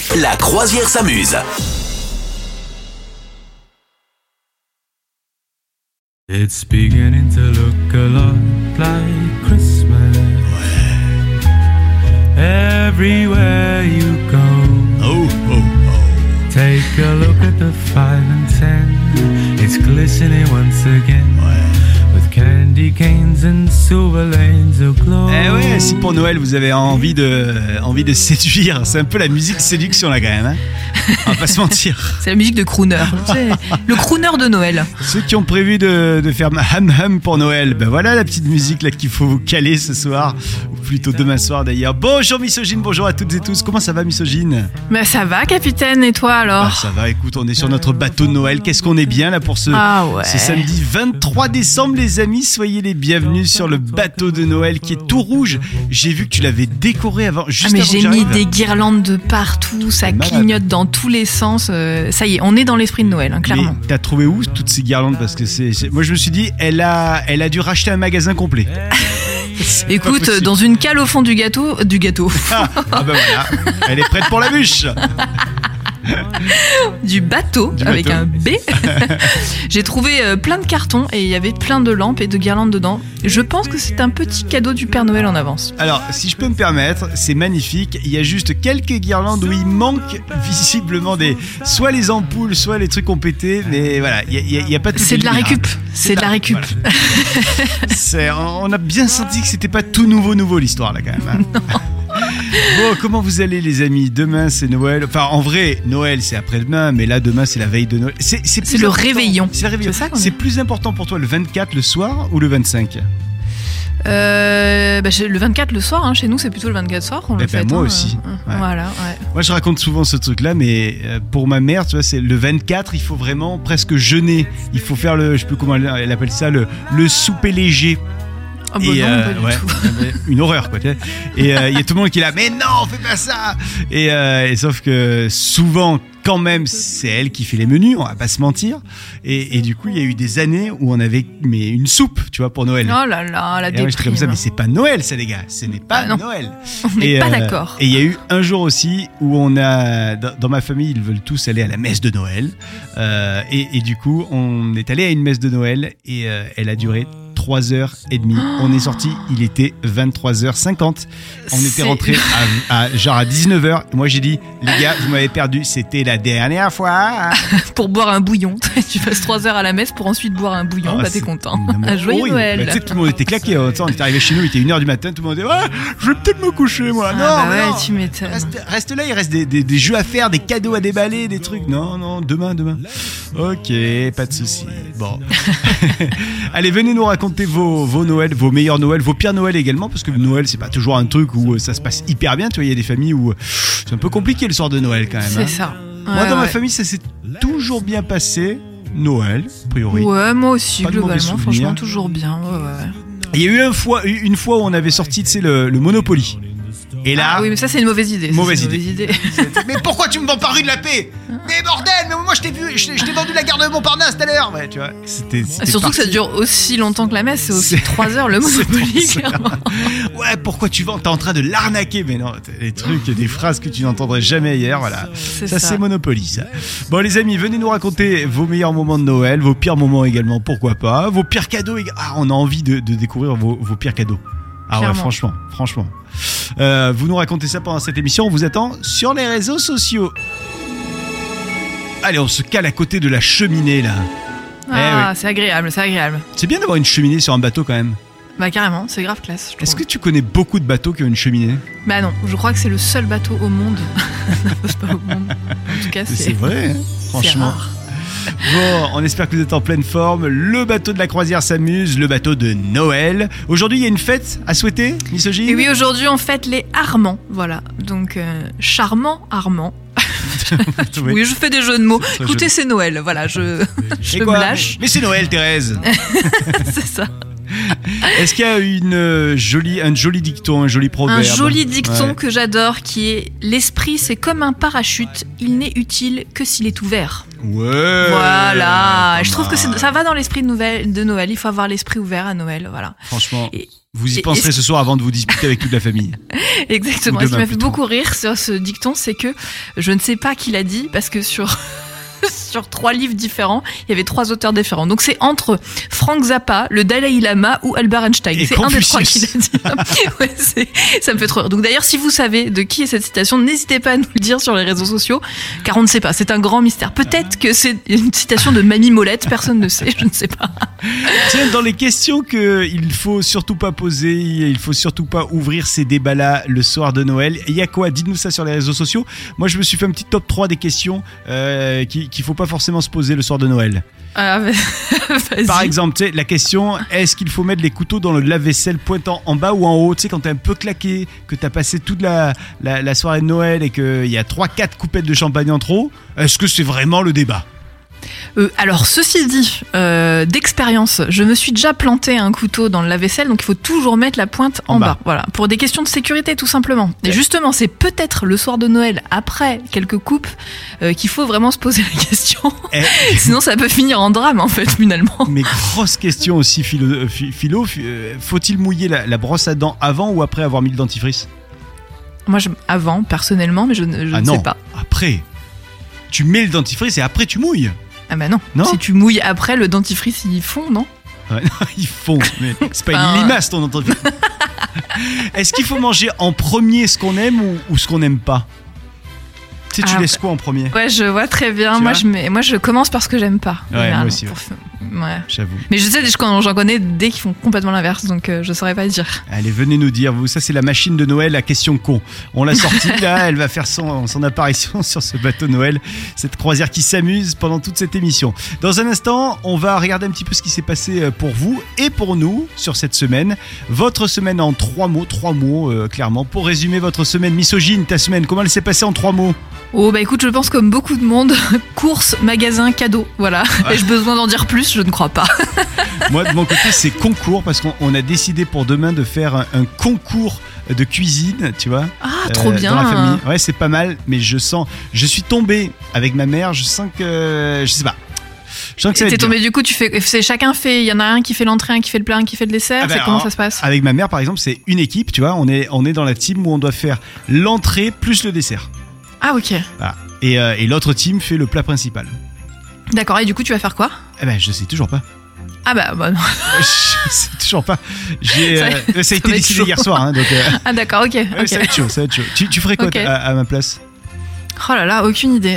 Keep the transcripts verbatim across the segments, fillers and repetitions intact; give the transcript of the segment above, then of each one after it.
La croisière s'amuse. It's beginning to look a lot like Christmas. Everywhere you go. Oh, oh, oh. Take a look at the five and ten. It's glistening once again. With candy canes and silver lanes of glow. Eh ouais, si pour Noël vous avez envie de, envie de séduire, c'est un peu la musique séduction là quand même. Hein, on va pas se mentir. C'est la musique de crooner. C'est le crooner de Noël. Ceux qui ont prévu de, de faire Ham Ham pour Noël, ben voilà la petite musique là qu'il faut vous caler ce soir, ou plutôt demain soir d'ailleurs. Bonjour Misogyne, bonjour à toutes et tous. Comment ça va Misogyne ? Bah ça va capitaine, et toi alors ? Ah, ça va, écoute, on est sur notre bateau de Noël. Qu'est-ce qu'on est bien là pour ce, ah ouais. ce samedi vingt-trois décembre les amis. Soyez les bienvenus sur le bateau de Noël qui est tout rouge. J'ai vu que tu l'avais décoré avant, juste ah mais avant j'ai que j'arrive. mis des guirlandes de partout, ça malade. Clignote dans tous les sens. Euh, ça y est, on est dans l'esprit de Noël, hein, clairement. Mais t'as trouvé où toutes ces guirlandes ? Parce que c'est, c'est... moi je me suis dit, elle a, elle a dû racheter un magasin complet. Écoute, dans une cale au fond du gâteau, du gâteau. Ah, ah bah voilà, elle est prête pour la bûche. Du bateau, du avec bateau. un B. J'ai trouvé euh, plein de cartons et il y avait plein de lampes et de guirlandes dedans. Je pense que c'est un petit cadeau du Père Noël en avance. Alors, si je peux me permettre, c'est magnifique. Il y a juste quelques guirlandes où il manque visiblement des, soit les ampoules, soit les trucs ont pété. Mais voilà, il y a, il y a pas tout. C'est de la récup. C'est de la récup. Voilà. C'est, on a bien senti que c'était pas tout nouveau, nouveau l'histoire là quand même. Hein. Non. Bon, comment vous allez les amis ? Demain c'est Noël. Enfin, en vrai, Noël c'est après-demain, mais là demain c'est la veille de Noël. C'est, c'est, c'est le réveillon. C'est le réveillon. C'est, ça c'est plus important pour toi le vingt-quatre le soir ou le vingt-cinq ? Euh, bah, le vingt-quatre le soir, hein, chez nous c'est plutôt le vingt-quatre soir qu'on eh le ben, fête. Moi hein, aussi. Euh, ouais. Voilà, ouais. Moi je raconte souvent ce truc-là, mais pour ma mère, tu vois, c'est le vingt-quatre, il faut vraiment presque jeûner. Il faut faire le, je sais plus comment elle appelle ça, le, le souper léger. Ah bah et non, euh, pas du ouais, tout. Une horreur quoi. Et il euh, y a tout le monde qui est là, mais non, fais pas ça. Et, euh, et sauf que souvent, quand même, c'est elle qui fait les menus, on va pas se mentir. Et, et du coup, il y a eu des années où on avait mais une soupe, tu vois, pour Noël. Oh là là, la et moi, j'étais comme ça, mais déprime. c'est pas Noël, ça les gars, ce n'est pas Ah non. Noël. On n'est et, pas euh, d'accord. Et il y a eu un jour aussi où on a, dans, dans ma famille, ils veulent tous aller à la messe de Noël. Euh, et, et du coup, on est allé à une messe de Noël et euh, elle a duré trois heures trente. On est sorti, il était vingt-trois heures cinquante. On était C'est... rentré à, à genre à dix-neuf heures. Moi j'ai dit, les gars, vous m'avez perdu, c'était la dernière fois. Pour boire un bouillon. Tu passes trois heures à la messe pour ensuite boire un bouillon, Oh, bah c'est t'es content. évidemment Un joyeux horrible. Noël. Bah, tu sais, tout le monde était claqué. Hein. On est arrivé chez nous, il était une heure du matin, tout le monde disait, ouais, je vais peut-être me coucher moi. Ah non, bah mais ouais, non. tu m'étonnes. Reste, reste là, il reste des, des, des jeux à faire, des cadeaux à déballer, des trucs. Non, non, demain, demain. Ok, pas de souci. Bon. Allez, venez nous raconter vos, vos Noëls, vos meilleurs Noëls, vos pires Noëls également, parce que Noël, c'est pas toujours un truc où ça se passe hyper bien. Tu vois, il y a des familles où c'est un peu compliqué le soir de Noël quand même. C'est hein. ça. Ouais, Moi, dans ouais. ma famille, ça s'est toujours bien passé. Noël, a priori. Ouais, moi aussi, Pas de mauvais globalement, souvenirs. franchement, toujours bien. Ouais, ouais. Il y a eu une fois, une fois où on avait sorti, tu sais, le, le Monopoly. Et là, Ah oui, mais ça, c'est une mauvaise idée. Ça, Mauvaise c'est une idée. mauvaise idée. mais pourquoi tu me vends pas rue de la paix ? Mais bordel, mais moi je t'ai vu, je t'ai, je t'ai vendu la gare de Montparnasse tout à l'heure. Ouais, tu vois, c'était, c'était Surtout parti. que ça dure aussi longtemps que la messe, c'est aussi C'est- trois heures le Monopoly, c'est pour ça. clairement. Ouais, pourquoi tu vends ? T'es en train de l'arnaquer. Mais non, t'as des trucs, des phrases que tu n'entendrais jamais ailleurs. Voilà. C'est Ça, ça. c'est Monopoly, ça. Bon, les amis, venez nous raconter vos meilleurs moments de Noël, vos pires moments également, pourquoi pas. Vos pires cadeaux. ég- Ah, on a envie de, de découvrir vos, vos pires cadeaux. Ah ouais, Clairement. franchement, franchement. Euh, vous nous racontez ça pendant cette émission. On vous attend sur les réseaux sociaux. Allez, on se cale à côté de la cheminée, là. Ah, c'est agréable, c'est agréable. C'est bien d'avoir une cheminée sur un bateau, quand même. Bah carrément, c'est grave classe. Je Est-ce trouve. que tu connais beaucoup de bateaux qui ont une cheminée ? Bah non, je crois que c'est le seul bateau au monde. Non, c'est pas au monde. En tout cas, c'est, C'est vrai, hein, c'est franchement. rare. Bon, on espère que vous êtes en pleine forme. Le bateau de la croisière s'amuse, le bateau de Noël. Aujourd'hui, il y a une fête à souhaiter, Misogyne ? Et oui, aujourd'hui, on fête les Armands. Voilà, donc euh, charmant Armand. Oui. Oui, je fais des jeux de mots. C'est très Écoutez, joli. c'est Noël. Voilà, je, je Et me quoi ? lâche. Mais c'est Noël, Thérèse. C'est ça. Est-ce qu'il y a une euh, jolie, un joli dicton, un joli proverbe? Un joli dicton ouais. que j'adore qui est « L'esprit, c'est comme un parachute, il n'est utile que s'il est ouvert ». Ouais. Voilà, je trouve que c'est, ça va dans l'esprit de, Noël, de Noël. Il faut avoir l'esprit ouvert à Noël, voilà. Franchement, et, vous y et, penserez et, ce soir avant de vous disputer avec toute la famille. Exactement. Ce qui m'a fait beaucoup rire sur ce dicton, c'est que je ne sais pas qui l'a dit, parce que sur... sur trois livres différents, il y avait trois auteurs différents. Donc c'est entre Frank Zappa, le Dalai Lama ou Albert Einstein. Et c'est Confucius. Un des trois qui l'a dit. Ouais, c'est, ça me fait trop rire. Donc d'ailleurs, si vous savez de qui est cette citation, n'hésitez pas à nous le dire sur les réseaux sociaux, car on ne sait pas. C'est un grand mystère. Peut-être que c'est une citation de Mamie Molette, personne ne sait, je ne sais pas. Tiens, dans les questions qu'il faut surtout pas poser, il faut surtout pas ouvrir ces débats-là le soir de Noël, il y a quoi? Dites-nous ça sur les réseaux sociaux. Moi, je me suis fait un petit top trois des questions euh, qui, qu'il faut pas forcément se poser le soir de Noël. Ah, vas-y. Par exemple, tu sais, la question, est-ce qu'il faut mettre les couteaux dans le lave-vaisselle pointant en bas ou en haut? Tu sais, quand t'es un peu claqué, que t'as passé toute la, la, la soirée de Noël et qu'il y a trois quatre coupettes de champagne en trop, est-ce que c'est vraiment le débat? Euh, alors ceci dit, euh, d'expérience, je me suis déjà planté un couteau dans le lave-vaisselle, donc il faut toujours mettre la pointe en, en bas. bas. Voilà, pour des questions de sécurité tout simplement. Et justement, c'est peut-être le soir de Noël, après quelques coupes, euh, qu'il faut vraiment se poser la question. Et... Sinon, ça peut finir en drame en fait finalement. Mais grosse question aussi, philo, philo faut-il mouiller la, la brosse à dents avant ou après avoir mis le dentifrice? Moi, je, avant personnellement, mais je, je ah ne non, sais pas. Après, tu mets le dentifrice et après tu mouilles. Ah bah non. non, si tu mouilles après, le dentifrice il fond, non? Ouais, non, ils font, mais c'est pas une limace ton dentifrice. Est-ce qu'il faut manger en premier ce qu'on aime ou, ou ce qu'on n'aime pas? Tu sais, tu ah, laisses quoi en premier? Ouais, je vois très bien. Tu moi, vois je mets, moi, je commence par ce que j'aime pas. Ouais, moi aussi. Ouais. Pour... Ouais. J'avoue. Mais je sais, j'en connais des qui font complètement l'inverse, donc euh, je saurais pas dire. Allez, venez nous dire. Vous, ça, c'est la machine de Noël à question con. On l'a sortie là, elle va faire son, son apparition sur ce bateau Noël. Cette croisière qui s'amuse pendant toute cette émission. Dans un instant, on va regarder un petit peu ce qui s'est passé pour vous et pour nous sur cette semaine. Votre semaine en trois mots, trois mots euh, clairement. Pour résumer votre semaine misogyne, ta semaine, comment elle s'est passée en trois mots? Oh bah écoute, je pense comme beaucoup de monde, courses, magasins, cadeaux, voilà. Ouais. Ai-je besoin d'en dire plus? Je ne crois pas. Moi de mon côté c'est concours, parce qu'on on a décidé pour demain de faire un, un concours de cuisine, tu vois. Ah, trop euh, bien. Dans la famille. Ouais, c'est pas mal, mais je sens, je suis tombé avec ma mère, je sens que, je sais pas. Je sens que ça va t'es être tombé dur. Du coup, tu fais, c'est chacun fait, il y en a un qui fait l'entrée, un qui fait le plat, un qui fait le dessert. Ah ben, c'est comment alors, ça se passe? Avec ma mère par exemple, c'est une équipe, tu vois. On est, on est dans la team où on doit faire l'entrée plus le dessert. Ah ok. Voilà. Et, euh, et l'autre team fait le plat principal. D'accord, et du coup tu vas faire quoi? Eh ben je sais toujours pas. Ah bah, bah non. Je sais toujours pas. J'ai, ça, euh, ça, ça a été décidé hier soir. Hein, donc, euh, ah d'accord, ok. Ouais, okay. Ça va être chaud, ça va être chaud. Tu, tu ferais quoi okay. à, à ma place? Oh là là, aucune idée.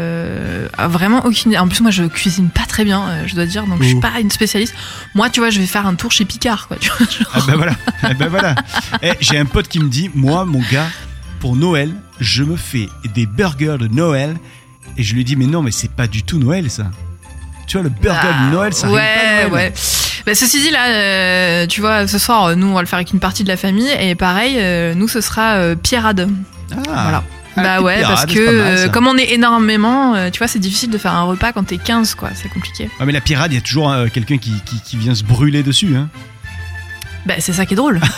Euh, vraiment aucune idée. En plus, moi, je cuisine pas très bien, je dois dire, donc Ouh. je suis pas une spécialiste. Moi, tu vois, je vais faire un tour chez Picard, quoi. Tu vois, genre... Ah bah voilà. Ah bah voilà. Eh, j'ai un pote qui me dit, moi, mon gars, pour Noël, je me fais des burgers de Noël. Et je lui dis, mais non, mais c'est pas du tout Noël, ça. Tu vois, le burger ah, de Noël, ça ouais, arrive pas Noël. Ouais. Bah, ceci dit, là, euh, tu vois, ce soir, nous, on va le faire avec une partie de la famille. Et pareil, euh, nous, ce sera euh, Pierrade. Ah. Voilà. Ah, bah ouais, Pierrade, parce que euh, comme on est énormément, euh, tu vois, c'est difficile de faire un repas quand t'es quinze, quoi. C'est compliqué. Ouais, mais la Pierrade, il y a toujours euh, quelqu'un qui, qui, qui vient se brûler dessus, hein. Bah, c'est ça qui est drôle.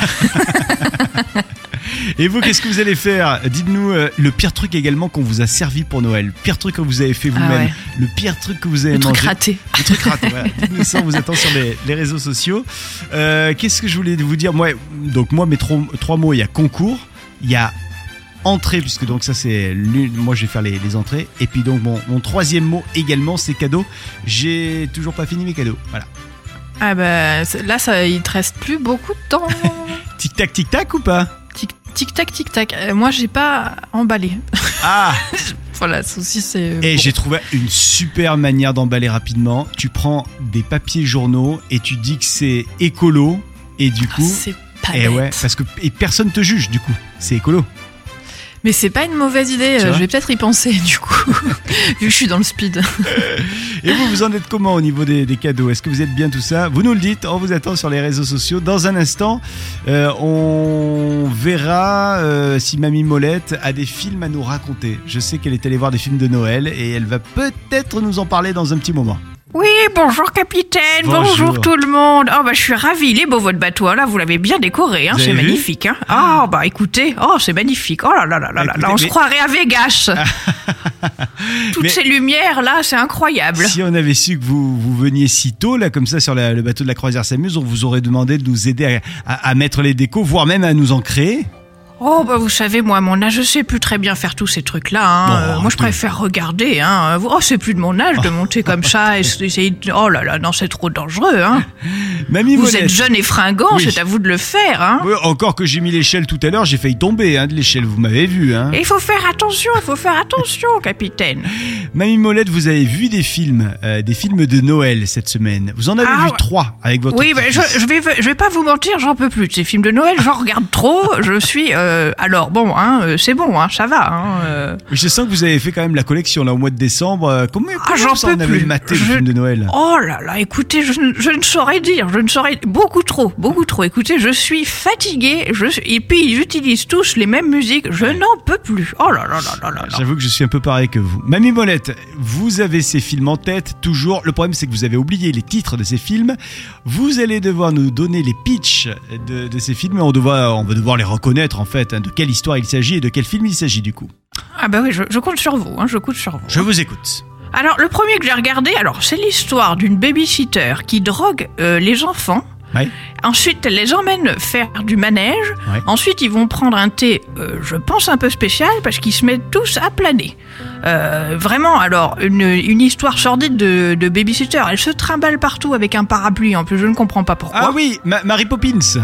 Et vous, qu'est-ce que vous allez faire? Dites-nous euh, le pire truc également qu'on vous a servi pour Noël. Le pire truc que vous avez fait vous-même. Ah ouais. Le pire truc que vous avez le mangé. Truc raté. Le truc raté. Voilà. Dites-nous ça, on vous attend sur les, les réseaux sociaux. Euh, qu'est-ce que je voulais vous dire? Moi, donc moi, mes trois, trois mots, il y a concours, il y a entrée, puisque donc ça c'est l'une. Moi, je vais faire les, les entrées. Et puis donc mon, mon troisième mot également, c'est cadeau. J'ai toujours pas fini mes cadeaux. Voilà. Ah bah là, ça, il te reste plus beaucoup de temps. Tic tac, tic tac ou pas? Tic tac, tic tac. Euh, moi, j'ai pas emballé. Ah. Voilà, ça aussi c'est. Et bon. J'ai trouvé une super manière d'emballer rapidement. Tu prends des papiers journaux et tu dis que c'est écolo et du coup. Ah, c'est pas et bête. ouais, parce que et personne te juge du coup. C'est écolo. Mais c'est pas une mauvaise idée, je vais peut-être y penser du coup, vu que je suis dans le speed. Et vous, vous en êtes comment au niveau des, des cadeaux? Est-ce que vous êtes bien tout ça? Vous nous le dites, on vous attend sur les réseaux sociaux. Dans un instant, euh, on verra euh, si Mamie Molette a des films à nous raconter. Je sais qu'elle est allée voir des films de Noël et elle va peut-être nous en parler dans un petit moment. Oui, bonjour capitaine, bonjour. bonjour tout le monde. Oh bah je suis ravie, il est beau votre bateau, hein. Là vous l'avez bien décoré, hein. C'est vu magnifique. Hein. Oh bah écoutez, oh c'est magnifique. Oh là là là là là, là on mais... se croirait à Vegas. Toutes mais... ces lumières là, c'est incroyable. Si on avait su que vous, vous veniez si tôt là comme ça sur la, le bateau de la croisière s'amuse, on vous aurait demandé de nous aider à, à, à mettre les décos, voire même à nous en créer. Oh bah vous savez moi à mon âge je sais plus très bien faire tous ces trucs là hein. Bon, euh, moi je préfère regarder hein. Oh c'est plus de mon âge de monter comme ça et essayer de... Oh là là non c'est trop dangereux hein. Mamie vous Molette. Êtes jeune et fringant, oui. C'est à vous de le faire hein. Oui, encore que j'ai mis l'échelle tout à l'heure, j'ai failli tomber hein, de l'échelle, vous m'avez vu hein. Et il faut faire attention, il faut faire attention capitaine. Mamie Molette, vous avez vu des films, euh, des films de Noël cette semaine. Vous en avez ah, vu ouais. trois avec votre Oui, bah, je, je vais je vais pas vous mentir, j'en peux plus de ces films de Noël, j'en regarde trop, je suis euh, Euh, alors bon, hein, c'est bon, hein, ça va. Hein, euh... Je sens que vous avez fait quand même la collection là au mois de décembre. Comment, comment ah, j'en ça, peux on avait plus. maté je... le film de Noël? Oh là là, écoutez, je, je ne saurais dire, je ne saurais beaucoup trop, beaucoup trop. Écoutez, je suis fatiguée, je suis... et puis ils utilisent tous les mêmes musiques, je n'en peux plus. Oh là là là là là. J'avoue que je suis un peu pareil que vous. Mamie Molette, vous avez ces films en tête toujours. Le problème c'est que vous avez oublié les titres de ces films. Vous allez devoir nous donner les pitchs de, de ces films. On, devoir, on va devoir les reconnaître en fait. Hein, de quelle histoire il s'agit et de quel film il s'agit du coup. Ah bah oui, je, je compte sur vous, hein, je compte sur vous. Je vous écoute. Alors le premier que j'ai regardé, alors c'est l'histoire d'une babysitter qui drogue euh, les enfants. Ouais. Ensuite, elle les emmène faire du manège. Ouais. Ensuite, ils vont prendre un thé, euh, je pense un peu spécial, parce qu'ils se mettent tous à planer. Euh, vraiment, alors, une, une histoire sordide de, de babysitter. Elle se trimballe partout avec un parapluie. En plus, je ne comprends pas pourquoi. Ah oui, Ma- Mary Poppins.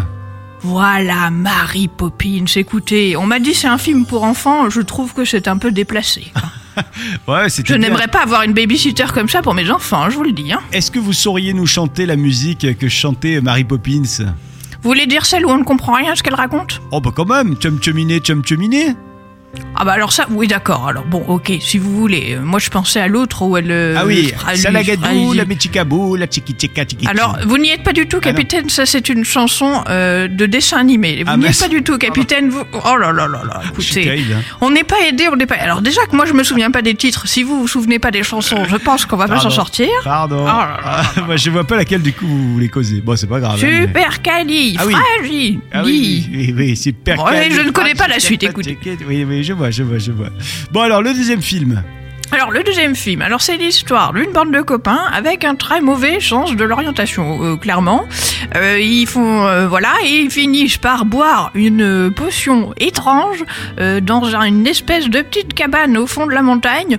Voilà, Mary Poppins. Écoutez, on m'a dit c'est un film pour enfants. Je trouve que c'est un peu déplacé. Ouais, je bien. N'aimerais pas avoir une babysitter comme ça pour mes enfants, je vous le dis. Hein. Est-ce que vous sauriez nous chanter la musique que chantait Mary Poppins? Vous voulez dire celle où on ne comprend rien à ce qu'elle raconte? Oh bah quand même, chum chuminé, chum chuminé. Ah bah alors ça, oui d'accord, alors bon ok, si vous voulez, moi je pensais à l'autre où elle... Euh, ah oui, fra- Salagadou, la Michikabou, la Chiki Chika Chiki. Alors vous n'y êtes pas du tout capitaine, ah ça c'est une chanson euh, de dessin animé, vous ah n'y êtes pas du tout capitaine, vous... Oh là là là là, écoutez, hein. On n'est pas aidé, on n'est pas... Alors déjà que moi je me souviens pas des titres, si vous vous souvenez pas des chansons, je pense qu'on va Pardon. pas s'en sortir. Pardon, oh là là là là. Moi je vois pas laquelle du coup vous voulez causer, bon c'est pas grave. Super Cali, ah oui. Fragile. Ah oui, oui, oui, super Cali. Je ne connais pas la suite, écoutez. Oui, oui, je vois, je vois, je vois. Bon alors le deuxième film. Alors le deuxième film, alors c'est l'histoire d'une bande de copains avec un très mauvais sens de l'orientation, euh, clairement. Euh, ils font euh, voilà et ils finissent par boire une potion étrange euh, dans une espèce de petite cabane au fond de la montagne.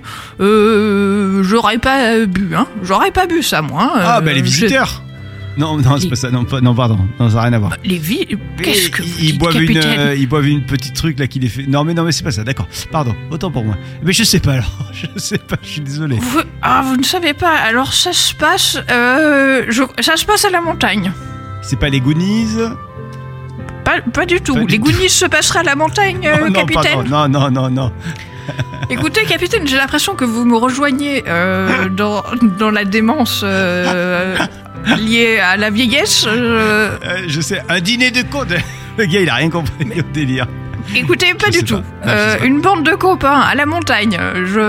Euh, j'aurais pas bu, hein. J'aurais pas bu ça moi. Hein. Ah bah les visiteurs. Non, non, c'est les... pas ça. Non, pas, non, pardon. Non, ça n'a rien à voir. Les vies. Qu'est-ce que vous ils dites, boivent capitaine une, euh, ils boivent une petite truc là qui les fait. Non, mais non, mais c'est pas ça. D'accord. Pardon. Autant pour moi. Mais je sais pas alors. Je sais pas. Je suis désolé. Vous... Ah, vous ne savez pas. Alors ça se passe. Euh, je... Ça se passe à la montagne. C'est pas les Goonies. Pas, pas du tout. Pas les du Goonies tout. Se passeraient à la montagne, euh, oh, non, capitaine. Pardon. Non, non, non, non. Écoutez, capitaine, j'ai l'impression que vous me rejoignez euh, dans, dans la démence euh, liée à la vieillesse. Euh... Euh, je sais, un dîner de con. Le gars, il a rien compris Mais... au délire. Écoutez, pas je du tout. Pas. Non, euh, une bande de copains à la montagne.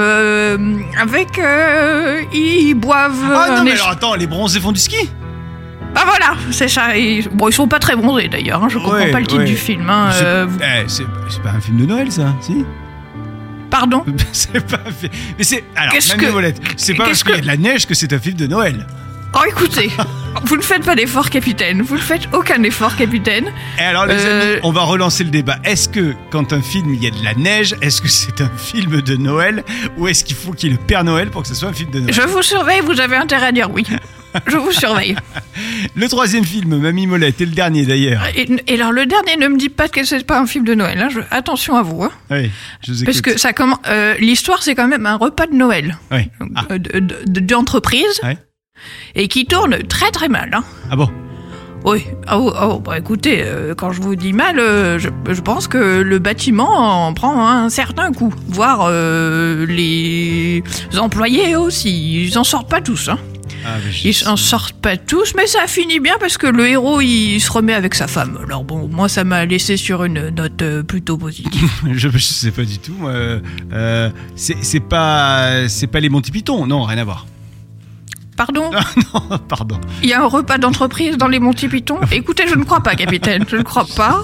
Je, avec, euh, ils boivent. Ah non, mais éche... alors attends, les bronzés font du ski. Ah voilà, c'est ça. Et, bon, ils sont pas très bronzés d'ailleurs. Hein, je comprends ouais, pas le titre ouais. du film. Hein, c'est, euh... eh, c'est, c'est pas un film de Noël, ça, si? Pardon? C'est pas un film. Mais c'est. Alors, Qu'est-ce même que... Molette, c'est pas parce qu'il y a de la neige que c'est un film de Noël. Oh écoutez, vous ne faites pas d'effort capitaine, vous ne faites aucun effort capitaine. Et alors les euh... amis, on va relancer le débat. Est-ce que quand un film il y a de la neige, est-ce que c'est un film de Noël ou est-ce qu'il faut qu'il y ait le Père Noël pour que ce soit un film de Noël? Je vous surveille, vous avez intérêt à dire oui. Je vous surveille. Le troisième film, Mamie Molette, et le dernier d'ailleurs. Et, et alors le dernier, ne me dites pas que c'est pas un film de Noël. Hein. Je, attention à vous. Hein. Oui, je vous écoute. Parce que ça commence. Euh, l'histoire, c'est quand même un repas de Noël. Oui. Ah. Euh, de, de, de, d'entreprise. Oui. Et qui tourne très très mal. Hein. Ah bon? Oui. Oh, oh, bah écoutez, euh, quand je vous dis mal, euh, je, je pense que le bâtiment en prend un certain coup. Voire euh, les employés aussi. Ils en sortent pas tous. Hein. Ah, ils s'en sortent pas tous, mais ça finit bien parce que le héros il se remet avec sa femme. Alors bon, moi ça m'a laissé sur une note euh, plutôt positive. je, je sais pas du tout. Moi, euh, c'est, c'est pas, c'est pas les Monty Python, non, rien à voir. Pardon ? Ah, non, pardon. Il y a un repas d'entreprise dans les Monty Python ? Écoutez, je ne crois pas, capitaine. Je ne crois pas.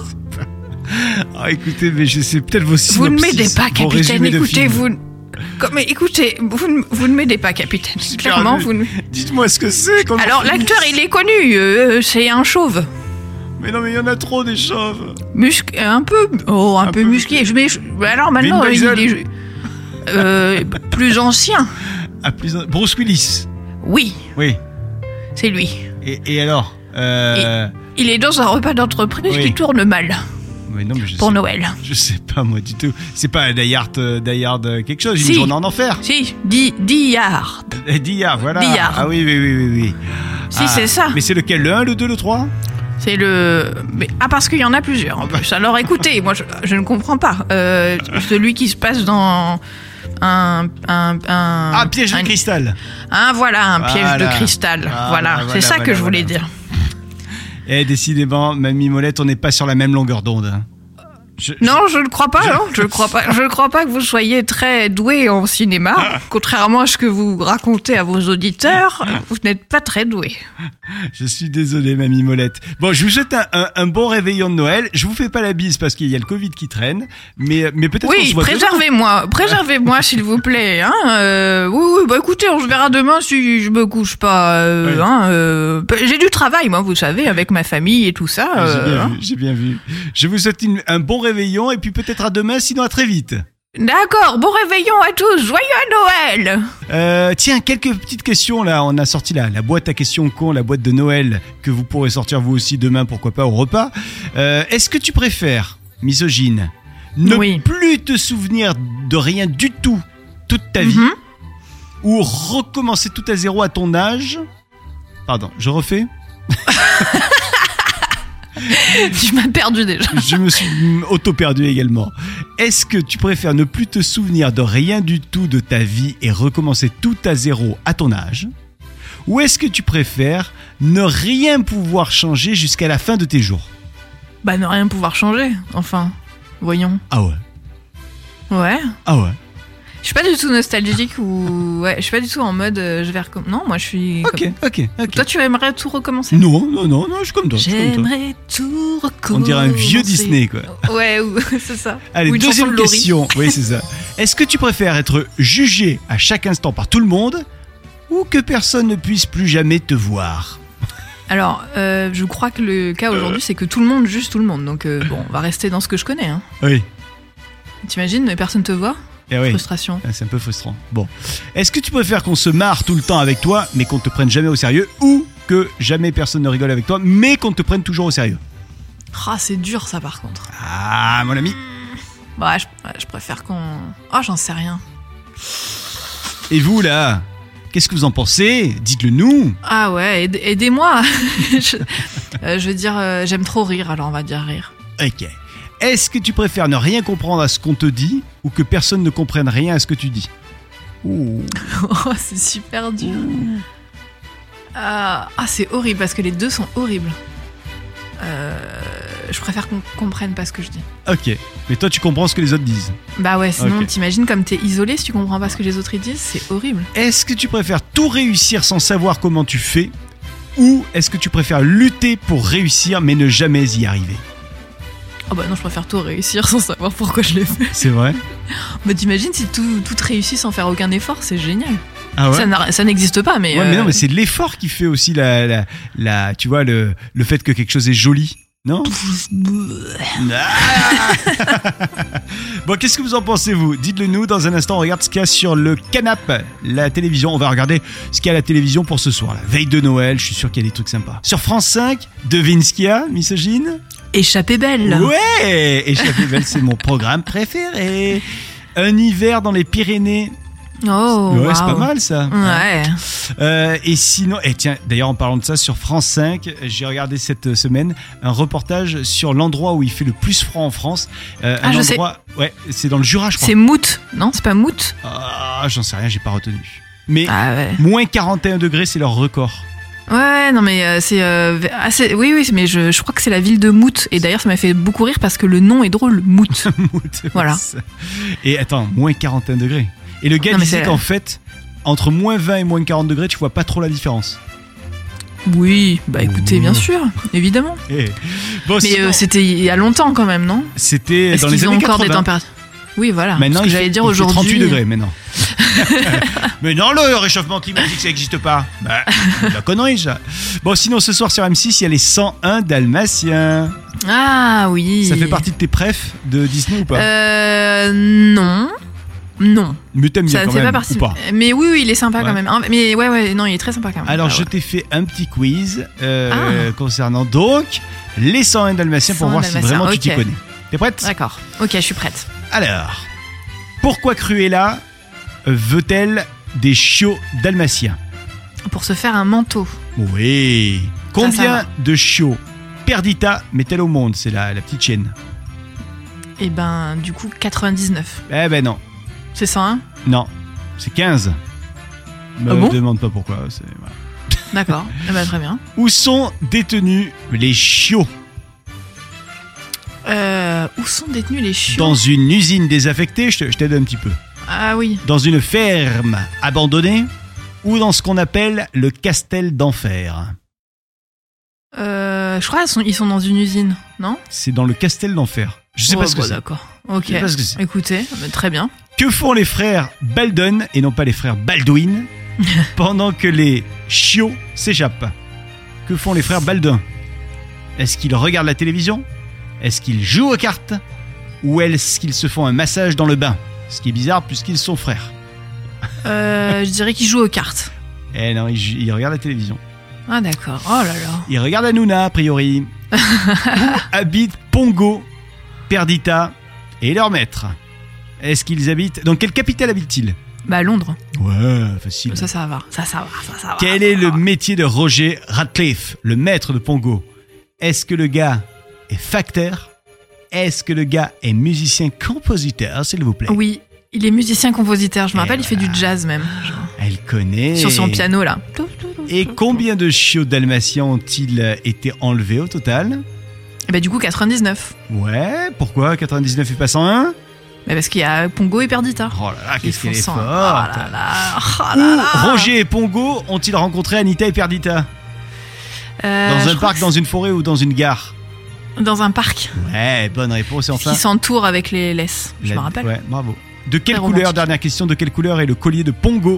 Ah, écoutez, mais je sais peut-être vos synopsis. Vous ne m'aidez pas, vos capitaine. résumés de Écoutez, films. vous... Comme, écoutez, vous, ne- vous ne m'aidez pas, capitaine. Clairement, vous ne... Dites-moi ce que c'est. qu'on en Alors, finisse. l'acteur, il est connu. euh, c'est un chauve. Mais non, mais il y en a trop des chauves. Musc... Un peu... Oh, un, Un peu, peu musclé. Je... Mais je- alors, maintenant, Vin il Diesel. est... euh, plus ancien. À plus... Bruce Willis. Oui, Oui. c'est lui. Et, et alors euh... Il est dans un repas d'entreprise Oui. qui tourne mal Mais non, mais je pour sais, Noël. je sais pas moi du tout. C'est pas Die Hard, euh, Die Hard euh, quelque chose, une Si. journée en enfer. Si, di, di hard. Euh, Die Hard, voilà. Die Hard. Ah oui, oui, oui, oui, oui. Si, Ah, c'est ça. Mais c'est lequel, le un, le deux, le trois? C'est le... Mais... Ah, parce qu'il y en a plusieurs en plus. Alors écoutez, moi je, je ne comprends pas. Euh, celui qui se passe dans un... un, un Ah, piège de un, cristal. un, voilà, un piège Voilà. de cristal. Voilà, voilà, voilà, c'est ça voilà, que je voulais voilà. dire. Eh, décidément, Mamie Molette, on n'est pas sur la même longueur d'onde. hein. Je- Non, je ne crois pas, non, je ne crois pas. Je ne crois pas que vous soyez très doué en cinéma. Contrairement à ce que vous racontez à vos auditeurs, vous n'êtes pas très doué. Je suis désolé, Mamie Molette. Bon, je vous souhaite un, un- un bon réveillon de Noël. Je vous fais pas la bise parce qu'il y a le Covid qui traîne, mais, mais peut-être qu'on Oui, se voit demain. préservez-moi, préservez-moi s'il vous plaît. Hein, euh, oui, oui, bah écoutez, on se verra demain si je me couche pas. euh, Oui. hein, euh, j'ai du travail, moi, vous savez, avec ma famille et tout ça. J'ai euh, bien hein. vu, j'ai bien vu. Je vous souhaite une- un bon réveillon et puis peut-être à demain, sinon à très vite. D'accord, bon réveillon à tous, joyeux Noël. Euh, tiens, quelques petites questions là. On a sorti la, la boîte à questions con, la boîte de Noël que vous pourrez sortir vous aussi demain, pourquoi pas au repas. Euh, Est-ce que tu préfères, misogyne, ne Oui. plus te souvenir de rien du tout toute ta vie, Mhm. ou recommencer tout à zéro à ton âge? Pardon, je refais. Tu m'as perdu déjà. Je me suis auto-perdu également. Est-ce que tu préfères ne plus te souvenir de rien du tout de ta vie et recommencer tout à zéro à ton âge? Ou est-ce que tu préfères ne rien pouvoir changer jusqu'à la fin de tes jours? Bah, ne rien pouvoir changer, enfin, voyons. Ah ouais. Ouais. Ah ouais. Je suis pas du tout nostalgique ou... Ouais, je suis pas du tout en mode euh, je vais recommencer. Non, moi je suis... Ok, comme- ok, ok. Toi, tu aimerais tout recommencer? Non, non, non, non, je suis comme toi. je suis comme toi. J'aimerais tout recommencer. On dirait un vieux Disney, quoi. Ouais, ou... c'est ça. Allez, Ou une deuxième chanson de Laurie. question. Oui, c'est ça. Est-ce que tu préfères être jugé à chaque instant par tout le monde ou que personne ne puisse plus jamais te voir? Alors, euh, je crois que le cas aujourd'hui, c'est que tout le monde juge tout le monde. Donc, euh, bon, on va rester dans ce que je connais. Hein. Oui. T'imagines, mais personne te voit? Eh oui. Frustration. Ah, c'est un peu frustrant. Bon. Est-ce que tu préfères qu'on se marre tout le temps avec toi, mais qu'on te prenne jamais au sérieux, ou que jamais personne ne rigole avec toi, mais qu'on te prenne toujours au sérieux? Ah, c'est dur ça par contre. Ah, mon ami. Bah, je, ouais, je préfère qu'on... Ah, j'en sais rien. Et vous, là, qu'est-ce que vous en pensez? Dites-le nous. Ah ouais, aide- aidez-moi. je, euh, je veux dire, euh, j'aime trop rire, alors on va dire rire. Ok. Est-ce que tu préfères ne rien comprendre à ce qu'on te dit, ou que personne ne comprenne rien à ce que tu dis? Ouh. Oh, c'est super dur. Ah, ah, c'est horrible parce que les deux sont horribles. Euh, je préfère qu'on comprenne pas ce que je dis. Ok. Mais toi, tu comprends ce que les autres disent. Bah ouais, sinon Ok. t'imagines comme t'es isolé si tu comprends pas ce que les autres ils disent, c'est horrible. Est-ce que tu préfères tout réussir sans savoir comment tu fais, ou est-ce que tu préfères lutter pour réussir mais ne jamais y arriver? Oh bah non, je préfère tout réussir sans savoir pourquoi je l'ai fait. C'est vrai? Bah t'imagines si tout, tout réussit sans faire aucun effort, c'est génial. Ah ouais? Ça, n'a- ça n'existe pas, mais... Ouais, mais euh, non, mais c'est l'effort qui fait aussi la, la, la- tu vois, le, le fait que quelque chose est joli, non? Ah Bon, qu'est-ce que vous en pensez, vous? Dites-le nous. Dans un instant, on regarde ce qu'il y a sur le canapé, la télévision. On va regarder ce qu'il y a à la télévision pour ce soir. La veille de Noël, je suis sûr qu'il y a des trucs sympas. Sur France cinq, devine ce qu'il y a, misogyne? Échappée belle. Ouais! Échappée belle, c'est mon programme préféré. Un hiver dans les Pyrénées. Oh, Ouais, c'est waouh. pas mal ça. Ouais. Euh, et sinon, et tiens, d'ailleurs en parlant de ça, sur France cinq, j'ai regardé cette semaine un reportage sur l'endroit où il fait le plus froid en France. Euh, Ah, un je sais. endroit, ouais, c'est dans le Jura, je crois. C'est Mout, non? C'est pas Mout? Ah, j'en sais rien, j'ai pas retenu. Mais Ah ouais. moins quarante et un degrés, c'est leur record. Ouais, non mais euh, c'est... euh, ah, c'est- oui, oui, mais je, je crois que c'est la ville de Mout. Et d'ailleurs, ça m'a fait beaucoup rire parce que le nom est drôle, Mout. Voilà. Et attends, moins quarante et un degrés. Et le gars Non, mais disait c'est- qu'en fait, entre moins vingt et moins quarante degrés, tu vois pas trop la différence. Oui, bah écoutez, Ouh. bien sûr, évidemment. Eh. Bon, Mais sinon, euh, c'était il y a longtemps quand même, non? c'était Est-ce dans les qu'ils ont années encore des quatre-vingts. températures? Oui, voilà. Maintenant, Parce que il j'allais fait, dire il fait aujourd'hui. trente-huit degrés maintenant. Mais non, le réchauffement climatique, ça n'existe pas. Bah, c'est de la connerie, ça. Bon, sinon, ce soir sur M six, il y a les cent un Dalmatiens. Ah oui. Ça fait partie de tes préfs de Disney ou pas? Euh. Non. Non. Mais t'aimes bien Ça quand fait même, pas partie. ou pas? Mais oui, oui, il est sympa Ouais. quand même. Hein, Mais ouais, ouais, non, il est très sympa quand même. Alors, Ah, je ouais. t'ai fait un petit quiz euh, Ah. concernant donc les cent un Dalmatiens pour cent un voir si Dalmatiens, vraiment tu t'y ok. connais. T'es prête? D'accord. Ok, je suis prête. Alors, pourquoi Cruella veut-elle des chiots dalmatiens? Pour se faire un manteau. Oui. ça Combien va. de chiots Perdita met-elle au monde? C'est la, la petite chienne. Et ben, du coup, quatre-vingt-dix-neuf. Eh ben non. C'est ça, hein? Non. C'est quinze. Me Ah bon demande pas pourquoi. c'est- voilà. D'accord. Eh ben, très bien. Où sont détenus les chiots? Euh, où sont détenus les chiots? Dans une usine désaffectée, je te- je t'aide un petit peu. Ah oui. Dans une ferme abandonnée ou dans ce qu'on appelle le castel d'enfer? Euh, je crois qu'ils sont, ils sont dans une usine, non? C'est dans le castel d'enfer. Je sais Oh, pas ce que bah, c'est. D'accord. Ok. Je sais pas ce que c'est. Écoutez, bah, très bien. Que font les frères Baldwin et non pas les frères Baldwin pendant que les chiots s'échappent? Que font les frères Baldwin? Est-ce qu'ils regardent la télévision? Est-ce qu'ils jouent aux cartes? Ou est-ce qu'ils se font un massage dans le bain? Ce qui est bizarre puisqu'ils sont frères. Euh, je dirais qu'ils jouent aux cartes. Eh non, ils, jou- ils regardent la télévision. Ah d'accord. Oh là là. Ils regardent Hanouna, a priori. Où habitent Pongo, Perdita et leur maître? Est-ce qu'ils habitent... Dans quelle capitale habitent-ils? Bah Londres. Ouais, facile. Ça, ça va. Ça, ça va. Ça, ça va. Quel est le métier de Roger Radcliffe, le maître de Pongo? Est-ce que le gars est facteur? Est-ce que le gars est musicien-compositeur, s'il vous plaît? Oui, il est musicien-compositeur. Je me Et rappelle, il fait voilà. du jazz même. Elle connaît. Sur son piano là. Et combien de chiots dalmatiens ont-ils été enlevés au total? Et bah du coup quatre-vingt-dix-neuf. Ouais, pourquoi quatre-vingt-dix-neuf et pas cent un? Mais parce qu'il y a Pongo et Perdita. Oh là là, Qui qu'est-ce qu'elle est font forte! sang. Oh là là. Oh Où là là. Roger et Pongo ont-ils rencontré Anita et Perdita? Euh, Dans je un crois parc, que dans une forêt ou dans une gare? c'est dans un parc. Ouais, bonne réponse. Et enfin, Qui s'entoure avec les laisses. Je la- me rappelle. Ouais, bravo. De quelle Très couleur, romantique. dernière question, de quelle couleur est le collier de Pongo?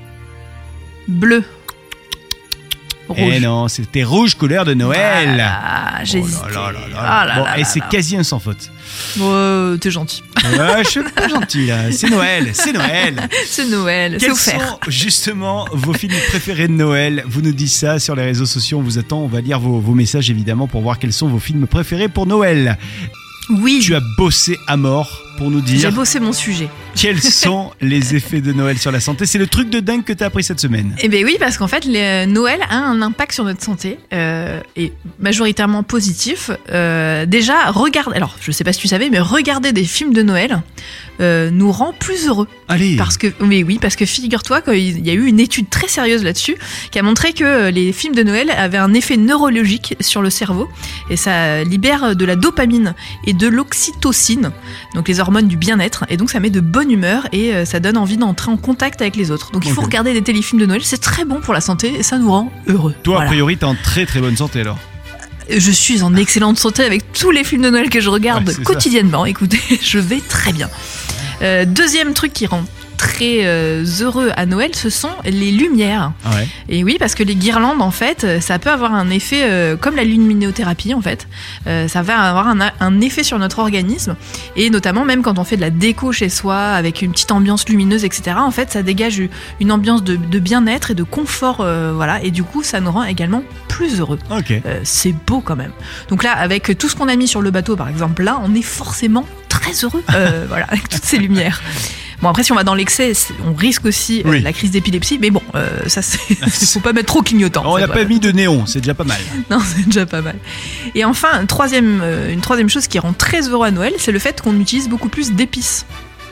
Bleu. Rouge. Eh non, c'était rouge, couleur de Noël. Ah, j'ai Oh là hésité. là là là. Ah là Bon, là et là c'est là. quasi un sans faute. Oh, t'es gentil. Ouais, je suis pas gentil là. C'est Noël, c'est Noël. C'est Noël, c'est Quels offert. sont justement vos films préférés de Noël? Vous nous dites ça sur les réseaux sociaux, on vous attend, on va lire vos, vos messages évidemment pour voir quels sont vos films préférés pour Noël. Oui, Tu as bossé à mort pour nous j'ai dire bossé mon sujet. quels sont les effets de Noël sur la santé. C'est le truc de dingue que tu as appris cette semaine. Eh bien oui, parce qu'en fait, les- Noël a un impact sur notre santé, euh, et majoritairement positif. Euh, déjà, regarde, alors je sais pas si tu savais, mais regarder des films de Noël euh, nous rend plus heureux. Allez, Parce que, mais oui, parce que figure-toi qu'il y a eu une étude très sérieuse là-dessus qui a montré que les films de Noël avaient un effet neurologique sur le cerveau et ça libère de la dopamine et de l'oxytocine, donc les hormones du bien-être, et donc ça met de bonne humeur et euh, ça donne envie d'entrer en contact avec les autres. Donc il faut Ok. regarder des téléfilms de Noël, c'est très bon pour la santé et ça nous rend heureux. toi Voilà. a priori t'es en très très bonne santé alors. Je suis en excellente santé avec tous les films de Noël que je regarde Ouais, c'est ça. quotidiennement. Écoutez, je vais très bien. Euh, deuxième truc qui rend très euh, heureux à Noël, ce sont les lumières. Ah ouais. Et oui, parce que les guirlandes, en fait, euh, ça peut avoir un effet euh, comme la luminothérapie, en fait. Euh, ça va avoir un, un effet sur notre organisme. Et notamment, même quand on fait de la déco chez soi, avec une petite ambiance lumineuse, et cetera, en fait, ça dégage une ambiance de, de bien-être et de confort. Euh, voilà. Et du coup, ça nous rend également plus heureux. Ok. Euh, c'est beau quand même. Donc là, avec tout ce qu'on a mis sur le bateau, par exemple, là, on est forcément très heureux. Euh, voilà, avec toutes ces lumières. Bon, après, si on va dans l'excès, c'est- on risque aussi euh, Oui. la crise d'épilepsie. Mais bon, euh, ça, c'est, faut pas mettre trop clignotant. On ça, n'a voilà. pas mis de néon, c'est déjà pas mal. Non, c'est déjà pas mal. Et enfin, une troisième, euh, une troisième chose qui rend très heureux à Noël, c'est le fait qu'on utilise beaucoup plus d'épices.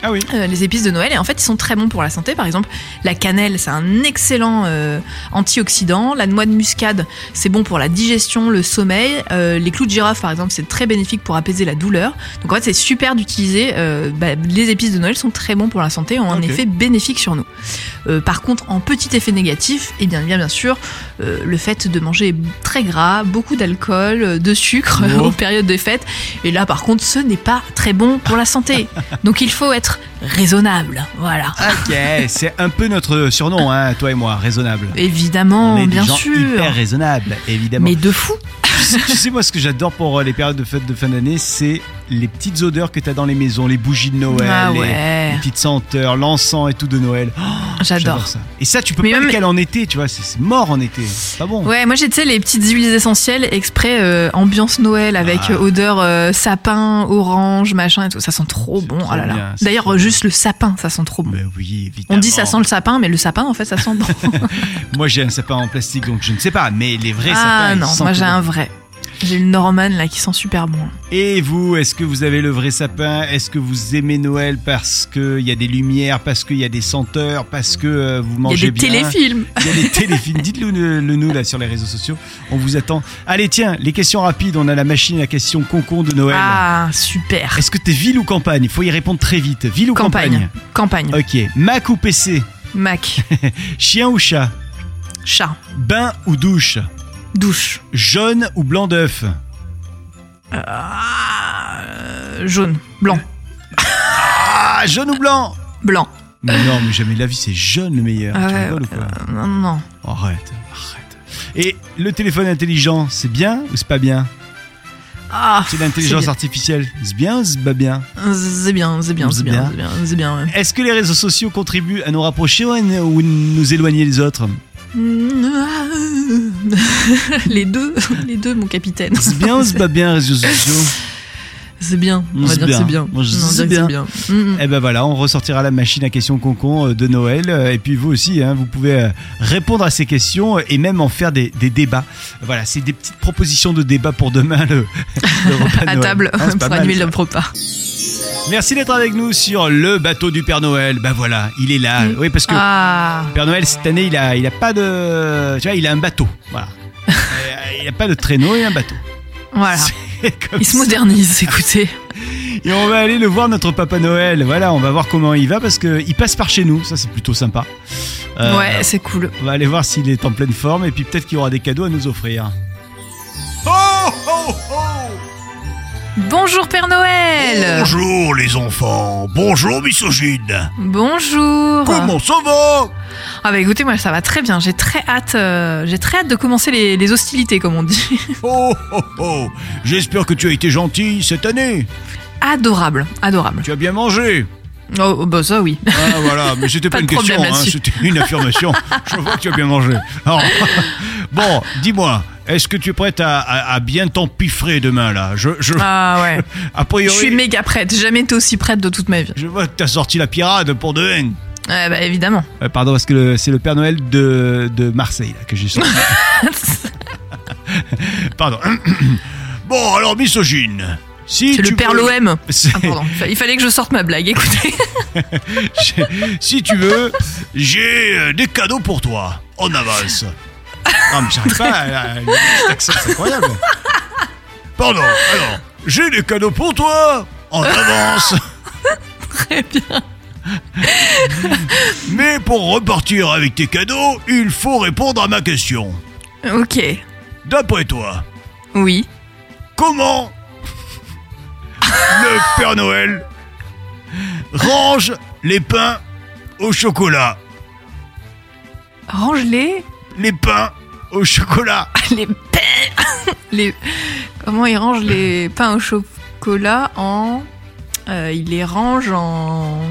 Ah oui. Euh, les épices de Noël, et en fait ils sont très bons pour la santé. Par exemple, la cannelle, c'est un excellent euh, antioxydant. La noix de muscade, c'est bon pour la digestion, le sommeil. Euh, les clous de girofle, par exemple, c'est très bénéfique pour apaiser la douleur. Donc en fait c'est super d'utiliser euh, bah, les épices de Noël sont très bons pour la santé, ont un Okay. effet bénéfique sur nous. Euh, par contre, en petit effet négatif, et bien bien bien sûr euh, le fait de manger très gras, beaucoup d'alcool, de sucre Oh. aux périodes des fêtes. Et là par contre ce n'est pas très bon pour la santé. Donc il faut être raisonnable, voilà. Ok, c'est un peu notre surnom, hein, toi et moi, raisonnable. Évidemment, On est bien des gens sûr. hyper raisonnables, évidemment. Mais de fou. Tu sais, tu sais, moi, ce que j'adore pour les périodes de fête de fin d'année, c'est les petites odeurs que t'as dans les maisons, les bougies de Noël, Ah les, ouais. les petites senteurs, l'encens et tout de Noël. Oh, J'adore. ça. Et ça, tu peux Mais pas même- le caler en été, tu vois, c'est, c'est mort en été. C'est pas bon. Ouais, moi j'ai, tu sais, les petites huiles essentielles exprès euh, ambiance Noël avec Ah. euh, odeur euh, sapin, orange, machin et tout. Ça sent trop C'est bon. trop Oh là là. bien, c'est D'ailleurs, trop euh, bien. juste le sapin, ça sent trop bon. Mais oui, évidemment. On dit ça sent le sapin, mais le sapin, en fait, ça sent bon. Moi, j'ai un sapin en plastique, donc je ne sais pas, mais les vrais sapins, Ah ils non, sentent moi j'ai bon. un vrai. J'ai le Norman là qui sent super bon. Et vous, est-ce que vous avez le vrai sapin? Est-ce que vous aimez Noël parce qu'il y a des lumières, parce qu'il y a des senteurs, parce que euh, vous Il y mangez a des bien? téléfilms. Il y a des téléfilms. Dites-le le, le nous là sur les réseaux sociaux. On vous attend. Allez, tiens, les questions rapides. On a la machine à questions concon de Noël. Ah, super. Est-ce que t'es ville ou campagne? Il faut y répondre très vite. Ville ou campagne? Campagne. Campagne. Ok. Mac ou P C? Mac. Chien ou chat? Chat. Bain ou douche? Douche. Jaune ou blanc d'œuf? Ah, euh, jaune. Blanc. Ah, jaune ou blanc? Blanc. Mais non, mais jamais de la vie, c'est jaune le meilleur. Ah tu ouais, rigoles ou ouais, quoi? euh, non, non. Arrête, arrête. Et le téléphone intelligent, c'est bien ou c'est pas bien? Ah, C'est l'intelligence c'est artificielle. C'est bien ou c'est pas bien? bien. C'est bien, c'est bien, C'est c'est bien. bien, c'est bien, c'est bien, ouais. Est-ce que les réseaux sociaux contribuent à nous rapprocher ou à nous ou nous éloigner des autres? Les deux, les deux, mon capitaine. C'est bien ou c'est pas bien, réseaux sociaux? C'est bien, on va C'est dire bien. que c'est bien. Moi, je On dis va c'est dire que bien. c'est bien. Mm, mm. Eh ben voilà, on ressortira la machine à questions concon euh, de Noël. Euh, Et puis vous aussi, hein, vous pouvez euh, répondre à ces questions euh, et même en faire des, des débats. Voilà, c'est des petites propositions de débat pour demain, le, le repas de À Noël. table, Hein, c'est pas pour mal, animer ça. le repas. Merci d'être avec nous sur le bateau du Père Noël. Ben voilà, il est là. Oui, parce que Ah, Père Noël, cette année, il a, il a pas de. Tu vois, il a un bateau. Voilà. Euh, il a pas de traîneau et un bateau. voilà. C'est comme Il se ça. modernise, écoutez. Et on va aller le voir, notre Papa Noël. Voilà, on va voir comment il va parce qu'il passe par chez nous. Ça, c'est plutôt sympa. Euh, Ouais, c'est cool. On va aller voir s'il est en pleine forme et puis peut-être qu'il y aura des cadeaux à nous offrir. Oh, oh, oh. Bonjour Père Noël. Bonjour les enfants. Bonjour misogyne. Bonjour. Comment ça va? Ah bah écoutez, moi ça va très bien. J'ai très hâte, euh, j'ai très hâte de commencer les, les hostilités, comme on dit. Oh, oh, oh. J'espère que tu as été gentil cette année. Adorable, adorable. Tu as bien mangé. Oh bah ça oui. Ah voilà, mais c'était pas, Pas une de question, problème hein, là-dessus. c'était une affirmation. Je vois que tu as bien mangé. Alors, bon, dis-moi, est-ce que tu es prête à, à- à bien t'empiffrer demain là? Je, je, Ah ouais. a priori, Je suis méga prête. J'ai jamais été aussi prête de toute ma vie. je vois que t'as sorti la pirade pour de haine. Ouais, bah évidemment. Euh, pardon, parce que le- c'est le Père Noël de, de Marseille là, que j'ai sorti. Pardon. Bon, alors misogyne. Si C'est tu le Père veux- l'O M. C'est- Ah pardon. Il fa- Il fallait que je sorte ma blague. Écoutez. j'ai- si tu veux, j'ai euh, des cadeaux pour toi en avance. Non mais j'arrive pas à, à- à- cet accent, c'est incroyable. Pardon. Alors, j'ai des cadeaux pour toi en avance. Très bien. Mais pour repartir avec tes cadeaux, il faut répondre à ma question. Ok. D'après toi, Oui. comment le Père Noël range les pains au chocolat? Range-les. Les pains au chocolat. Les pains. Les. Comment il range les pains au chocolat en. Euh, il les range en.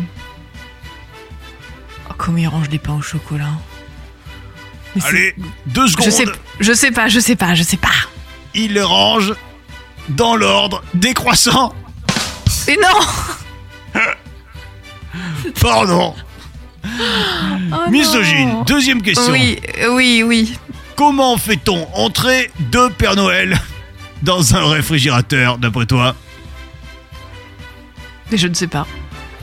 Oh, comment il range les pains au chocolat? Mais c'est- Allez, deux secondes. Je sais, je sais pas, je sais pas, je sais pas. Il les range dans l'ordre décroissant. Et non. Pardon. Oh Misogyne. non. Deuxième question. Oui, oui, oui. Comment fait-on entrer deux Père Noël dans un réfrigérateur, d'après toi? Mais je ne sais pas.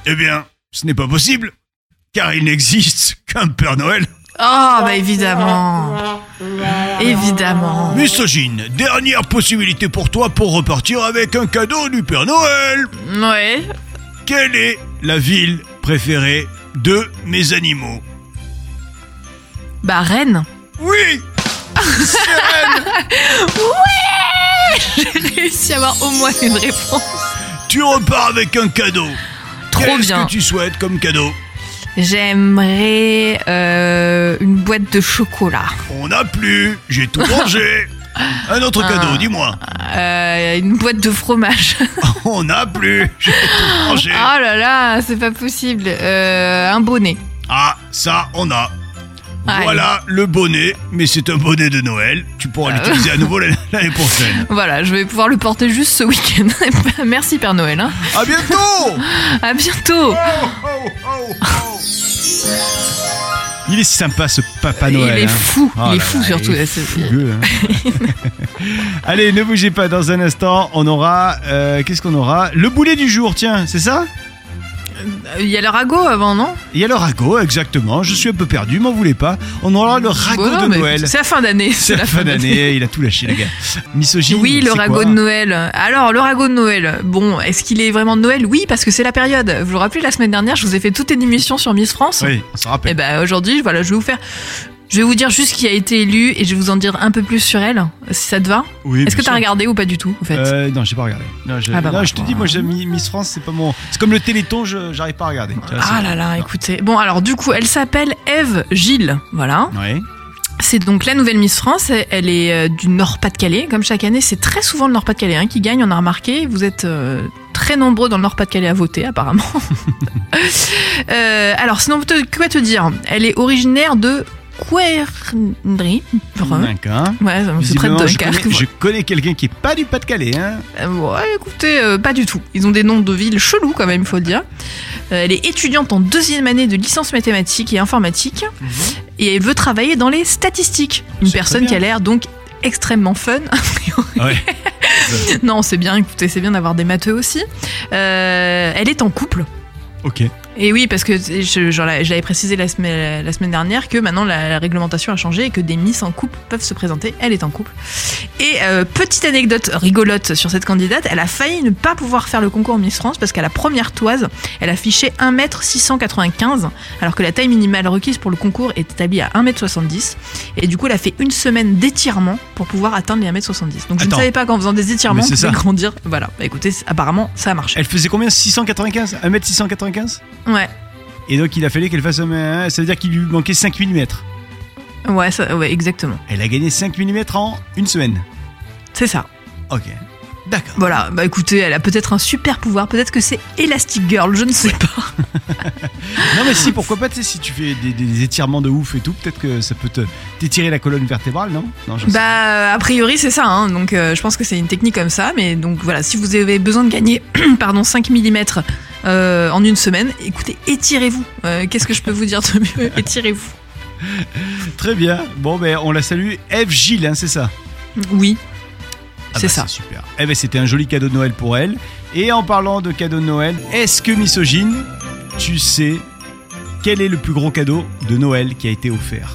Eh bien, ce n'est pas possible, car il n'existe qu'un Père Noël. Oh, bah évidemment. Évidemment. Misogyne, dernière possibilité pour toi pour repartir avec un cadeau du Père Noël. Ouais. Quelle est la ville préférée de mes animaux? Bah, Rennes. Oui. C'est Rennes. Ouais. J'ai réussi à avoir au moins une réponse. Tu repars avec un cadeau. Trop Qu'est-ce bien. que tu souhaites comme cadeau? J'aimerais euh, une boîte de chocolat. On n'a plus, j'ai tout mangé. Un autre Ah. cadeau, dis-moi. Euh, une boîte de fromage. On n'a plus, j'ai tout mangé. Oh là là, c'est pas possible. Euh, un bonnet. Ah, ça, on a. Allez. Voilà le bonnet, mais c'est un bonnet de Noël. Tu pourras Euh. l'utiliser à nouveau l'année l'année prochaine. Voilà, je vais pouvoir le porter juste ce week-end. Merci Père Noël. Hein. À bientôt. À bientôt. Oh, oh, oh, oh. Il est sympa ce Papa Noël. Il est hein. fou, Oh il est là fou là, surtout. il est C'est- fougueux, hein. Allez, ne bougez pas, dans un instant, on aura... euh, qu'est-ce qu'on aura? Le boulet du jour, tiens, c'est ça? Il y a le ragot avant, non? Il y a le ragot, exactement. Je suis un peu perdu, m'en voulez pas. On aura le ragot Voilà, de mais Noël. C'est la fin d'année. C'est la fin d'année, il a tout lâché, les gars. Misogyne. Oui, le c'est ragot quoi de Noël. Alors, le ragot de Noël, bon, est-ce qu'il est vraiment de Noël? Oui, parce que c'est la période. Vous vous rappelez, la semaine dernière, je vous ai fait toute une émission sur Miss France. Oui, on se Et rappelle. ben aujourd'hui, voilà, je vais vous faire... Je vais vous dire juste qui a été élue et je vais vous en dire un peu plus sur elle, si ça te va. Oui, Est-ce que bien t'as sûr. regardé ou pas du tout, en fait? Euh, non, j'ai pas regardé. Non, je, Ah bah non, voilà. je te dis, moi, j'ai mis Miss France, c'est pas mon. C'est comme le Téléthon, je, j'arrive pas à regarder. Tu vois, Ah c'est- là là, non. écoutez. Bon, alors du coup, elle s'appelle Ève Gilles, voilà. Ouais. C'est donc la nouvelle Miss France. Elle est euh, du Nord-Pas-de-Calais. Comme chaque année, c'est très souvent le Nord-Pas-de-Calais hein, qui gagne. On a remarqué. Vous êtes euh, très nombreux dans le Nord-Pas-de-Calais à voter, apparemment. euh, alors, sinon, te- quoi te dire? Elle est originaire de Quernry. D'accord. Ouais, c'est près de Visiblement, je Dunkerque. connais, je connais quelqu'un qui est pas du Pas-de-Calais, hein. Euh, ouais, écoutez, euh, pas du tout. Ils ont des noms de villes chelous quand même, il faut le dire. Euh, elle est étudiante en deuxième année de licence mathématiques et informatique et elle veut travailler dans les statistiques. Une C'est personne très qui a bien. l'air donc extrêmement fun. Ouais. Non, c'est bien, écoutez, c'est bien d'avoir des matheux aussi. Euh, elle est en couple. Ok. Et oui, parce que je, genre, je l'avais précisé la semaine, la semaine dernière que maintenant la, la réglementation a changé et que des Miss en couple peuvent se présenter. Elle est en couple. Et euh, petite anecdote rigolote sur cette candidate, elle a failli ne pas pouvoir faire le concours Miss France parce qu'à la première toise, elle affichait un mètre six cent quatre-vingt-quinze alors que la taille minimale requise pour le concours est établie à un mètre soixante-dix. Et du coup, elle a fait une semaine d'étirement pour pouvoir atteindre les un mètre soixante-dix. Donc je Attends. ne savais pas qu'en faisant des étirements, Mais on c'est pouvait ça. grandir. Voilà, bah, écoutez, apparemment, ça a marché. Elle faisait combien? six cent quatre-vingt-quinze? un mètre six cent quatre-vingt-quinze? Ouais. Et donc il a fallu qu'elle fasse un. hein, Ça veut dire qu'il lui manquait cinq millimètres. Ouais, ça, ouais, exactement. Elle a gagné cinq millimètres en une semaine. C'est ça. Ok. D'accord. Voilà, bah écoutez, elle a peut-être un super pouvoir, peut-être que c'est Elastic Girl, je ne sais pas. Non mais si, pourquoi pas, tu sais, si tu fais des, des étirements de ouf et tout, peut-être que ça peut te t'étirer la colonne vertébrale, non? Non, je sais. Bah, a priori, c'est ça, hein, donc euh, je pense que c'est une technique comme ça, mais donc voilà, si vous avez besoin de gagner pardon, cinq millimètres euh, en une semaine, écoutez, étirez-vous. Euh, Qu'est-ce que je peux vous dire de mieux? Étirez-vous. Très bien. Bon ben on la salue. Ève Gilles, hein, c'est ça? Oui, Ah c'est bah, ça. C'est super. Eh ben c'était un joli cadeau de Noël pour elle. Et en parlant de cadeau de Noël, est-ce que Misogyne, tu sais quel est le plus gros cadeau de Noël qui a été offert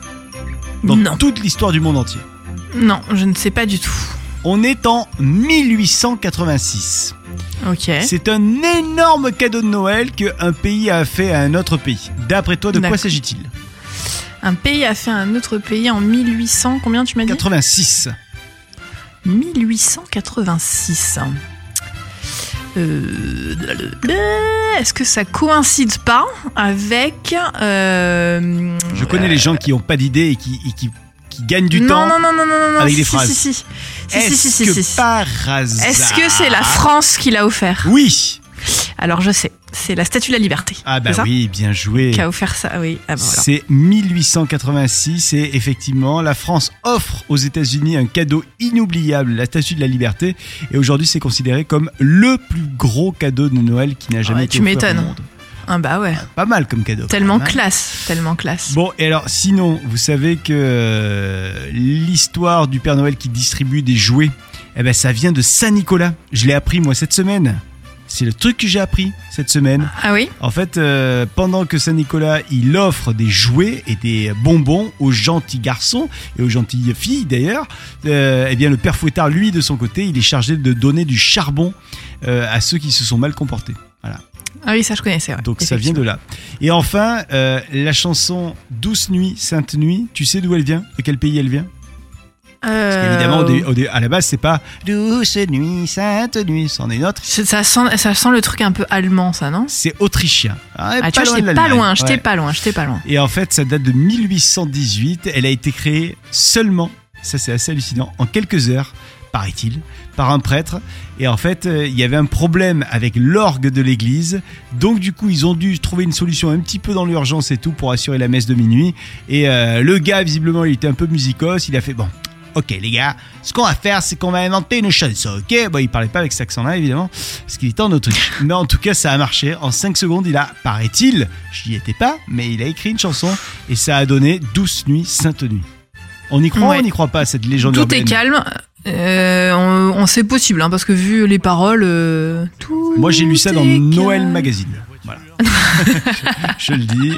dans Non. toute l'histoire du monde entier? Non, je ne sais pas du tout. On est en mille huit cent quatre-vingt-six. Ok. C'est un énorme cadeau de Noël qu'un pays a fait à un autre pays. D'après toi, de quoi D'accord. s'agit-il? Un pays a fait un autre pays en mille huit cents, combien tu m'as dit? quatre-vingt-six. mille huit cent quatre-vingt-six. Euh, Est-ce que ça coïncide pas avec... euh, Je connais les gens qui n'ont pas d'idée et qui, et qui, qui gagnent du non, temps non, non, non, non, non, avec si, des si, phrases. Si, si, si, si, Est-ce si, si, que si, si. par hasard... Est-ce que c'est la France qui l'a offert? Oui. Alors je sais, c'est la Statue de la Liberté. Ah bah c'est ça oui, bien joué. Qui a offert ça, oui. Ah bah voilà. C'est mille huit cent quatre-vingt-six et effectivement, la France offre aux États-Unis un cadeau inoubliable, la Statue de la Liberté. Et aujourd'hui, c'est considéré comme le plus gros cadeau de Noël qui n'a jamais Ouais, été tu offert au m'étonnes. monde. Ah bah ouais. Pas mal comme cadeau. Tellement quand même, hein. classe, tellement classe. Bon, et alors, sinon, vous savez que euh, l'histoire du Père Noël qui distribue des jouets, eh ben, ça vient de Saint-Nicolas. Je l'ai appris, moi, cette semaine. c'est le truc que j'ai appris cette semaine. Ah oui. En fait, euh, pendant que Saint-Nicolas, il offre des jouets et des bonbons aux gentils garçons et aux gentilles filles d'ailleurs, euh, eh bien le père Fouettard, lui, de son côté, il est chargé de donner du charbon euh, à ceux qui se sont mal comportés. Voilà. Ah oui, ça je connaissais. Ouais, donc ça vient de là. Et enfin, euh, la chanson Douce Nuit, Sainte Nuit, tu sais d'où elle vient? De quel pays elle vient? Euh... Parce qu'évidemment, au dé- au dé- à la base, c'est pas Douce Nuit, Sainte Nuit, c'en est une autre. Ça sent, ça sent le truc un peu allemand, ça, non? C'est autrichien. Ah, ah, tu vois, j'étais pas loin, j'étais pas loin, j'étais pas loin. Et en fait, ça date de mille huit cent dix-huit. Elle a été créée seulement, ça c'est assez hallucinant, en quelques heures, paraît-il, par un prêtre. Et en fait, euh, il y avait un problème avec l'orgue de l'église. Donc du coup, ils ont dû trouver une solution un petit peu dans l'urgence et tout pour assurer la messe de minuit. Et euh, le gars, visiblement, il était un peu musicos. Il a fait, bon, ok les gars, ce qu'on va faire, c'est qu'on va inventer une chanson, ok? Bon, il parlait pas avec cet accent-là, évidemment, parce qu'il était en Autriche. Mais en tout cas, ça a marché. En cinq secondes, il a, paraît-il, j'y étais pas, mais il a écrit une chanson et ça a donné Douce Nuit, Sainte Nuit. On y croit Ouais. ou on n'y croit pas à cette légende Tout urbaine? est calme. Euh, on, on c'est possible, hein, parce que vu les paroles, euh, tout. Moi, j'ai lu ça dans est Noël calme. Magazine. Voilà. je, je le dis.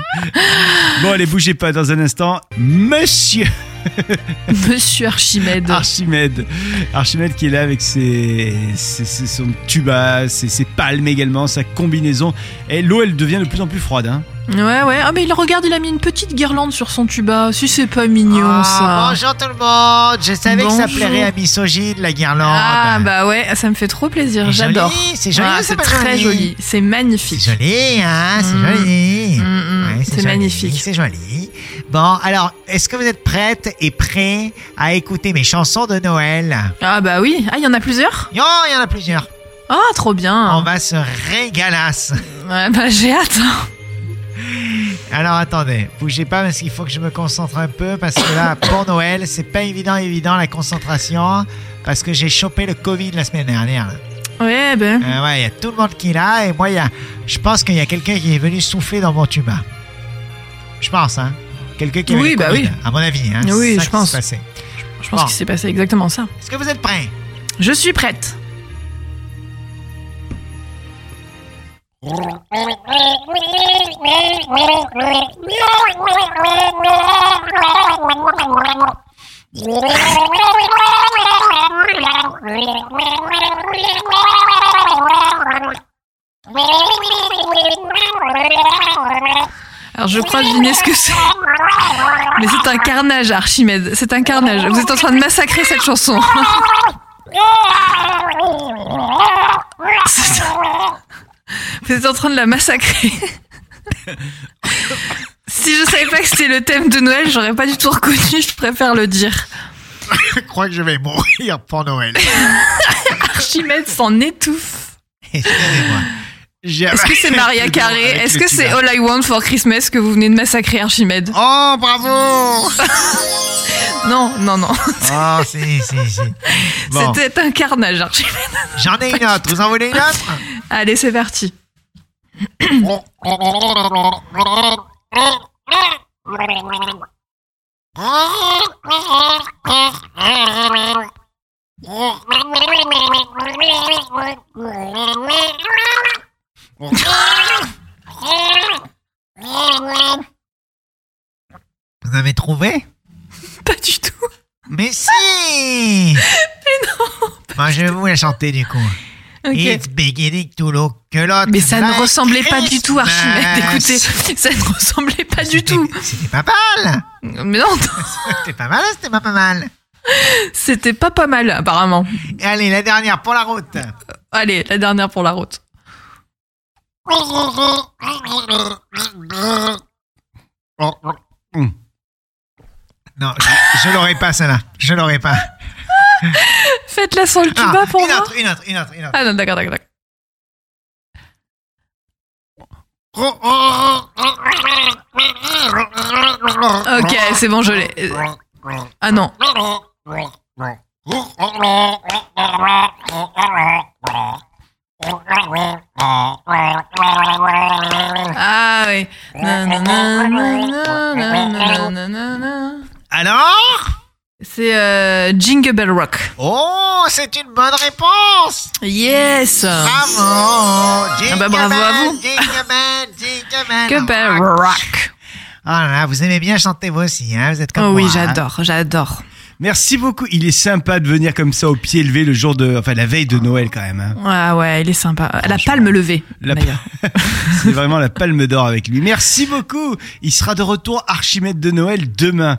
Bon, allez, bougez pas dans un instant. Monsieur Monsieur Archimède. Archimède. Archimède qui est là avec ses, ses, ses- son tuba, ses, ses palmes également, sa combinaison. Et l'eau, elle devient de plus en plus froide. Hein. Ouais, ouais. Ah, mais il regarde, il a mis une petite guirlande sur son tuba. Si c'est pas mignon, Ah, ça. bonjour tout le monde. Je savais que ça Bonjour. plairait à Misogyne, la guirlande. Ah, bah ouais, ça me fait trop plaisir. C'est J'adore. joli, c'est joli Ah, ou c'est c'est pas très joli joli. C'est C'est magnifique. joli, hein, c'est Mm. joli. Mm, mm, Ouais, c'est joli, magnifique. C'est joli. Bon, alors, est-ce que vous êtes prêtes et prêts à écouter mes chansons de Noël? Ah, bah oui. Ah, il y en a plusieurs? Oh, il y en a plusieurs. Ah, trop bien. On va se régalasse. Ouais, bah j'ai hâte. Alors attendez, bougez pas parce qu'il faut que je me concentre un peu parce que là, pour Noël, c'est pas évident, évident la concentration parce que j'ai chopé le Covid la semaine dernière. là. Ouais, ben. Euh, ouais, il y a tout le monde qui est là et moi, il y a, je pense qu'il y a quelqu'un qui est venu souffler dans mon tuba. Je pense, hein. Quelqu'un qui a Oui, le bah Covid, oui. à mon avis, hein. Oui, c'est ça je qui pense. s'est passé. Je pense Bon. qu'il s'est passé exactement ça. Est-ce que vous êtes prêts? Je suis prête. Alors je crois deviner ce que c'est. Mais c'est un carnage, Archimède. C'est un carnage. Vous êtes en train de massacrer cette chanson. C'est- Vous êtes en train de la massacrer. Si je savais pas que c'était le thème de Noël, j'aurais pas du tout reconnu, je préfère le dire. Je crois que je vais mourir pour Noël. Archimède s'en étouffe. Excusez-moi. Est-ce que c'est Maria Carré? Avec Est-ce le que c'est tuba. All I Want for Christmas que vous venez de massacrer, Archimède? Oh, bravo! Non, non, non. Oh, si, si, si. Bon, C'était un carnage, Archimède. j'en ai une autre. Vous en voulez une autre? Allez, c'est parti. Vous avez trouvé? Pas du tout. Mais si! Mais non! Moi, je vais vous la chanter du coup. Ok. It's beginning to look a lot Mais ça ne like ressemblait pas du tout, Archimède. Christmas. Écoutez, ça ne ressemblait pas du C'était- tout. C'était pas mal! Mais non, C'était pas mal, c'était pas pas mal. c'était pas pas mal, apparemment. Et allez, la dernière pour la route. Allez, la dernière pour la route. Hum. Non, je, je l'aurais pas, celle-là. Je l'aurais pas. Faites-la sans le tuba Ah, pour une moi. autre, une autre, une autre, une autre. Ah non, d'accord, d'accord, d'accord. Ok, c'est bon, je l'ai. Euh, Ah non. Ah oui. Nanana, nanana, nanana. Alors? C'est euh, Jingle Bell Rock. Oh, c'est une bonne réponse. Yes. Bravo. Ah bah, bravo à vous. Jingle bell, jingle bell, Jingle Bell Rock. Ah là, vous aimez bien chanter vous aussi, hein? Vous êtes comme Oh moi. oui, hein. j'adore, j'adore. Merci beaucoup. Il est sympa de venir comme ça au pied levé le jour de, enfin la veille de Noël quand même. Hein. Ah ouais, il est sympa. La palme levée, La- d'ailleurs. C'est vraiment la palme d'or avec lui. Merci beaucoup. Il sera de retour Archimède de Noël demain.